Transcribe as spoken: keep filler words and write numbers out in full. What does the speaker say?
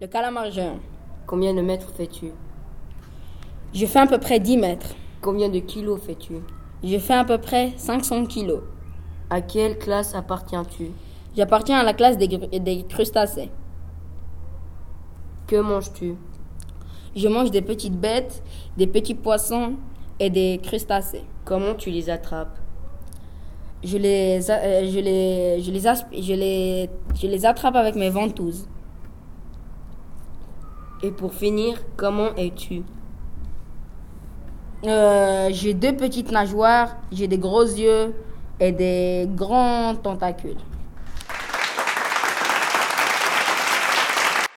calamar géant. Combien de mètres fais-tu? Je fais à peu près dix mètres. Combien de kilos fais-tu? Je fais à peu près cinq cents kilos. À quelle classe appartiens-tu? J'appartiens à la classe des, gr- des crustacés. Que manges-tu? Je mange des petites bêtes, des petits poissons et des crustacés. Comment tu les attrapes? Je les, a- euh, je les, je les, asp- je les, je les attrape avec mes ventouses. Et pour finir, comment es-tu? Euh, j'ai deux petites nageoires, j'ai des gros yeux et des grands tentacules.